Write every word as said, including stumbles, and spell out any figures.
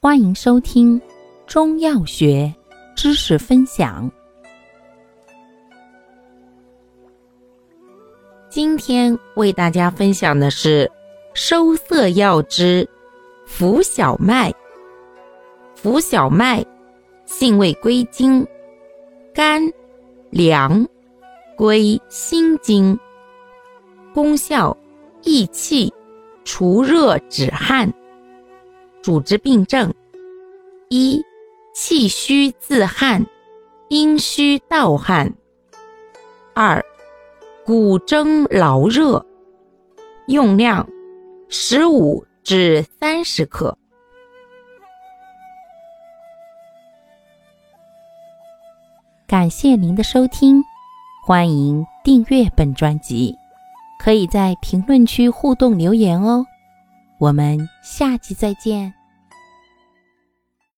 欢迎收听中药学知识分享。今天为大家分享的是收涩药之浮小麦。浮小麦性味归经，甘凉，归心经，功效益气除热止汗。主治病症：一、气虚自汗，阴虚盗汗；二、骨蒸劳热。用量十五至三十克。感谢您的收听，欢迎订阅本专辑，可以在评论区互动留言哦。我们下期再见。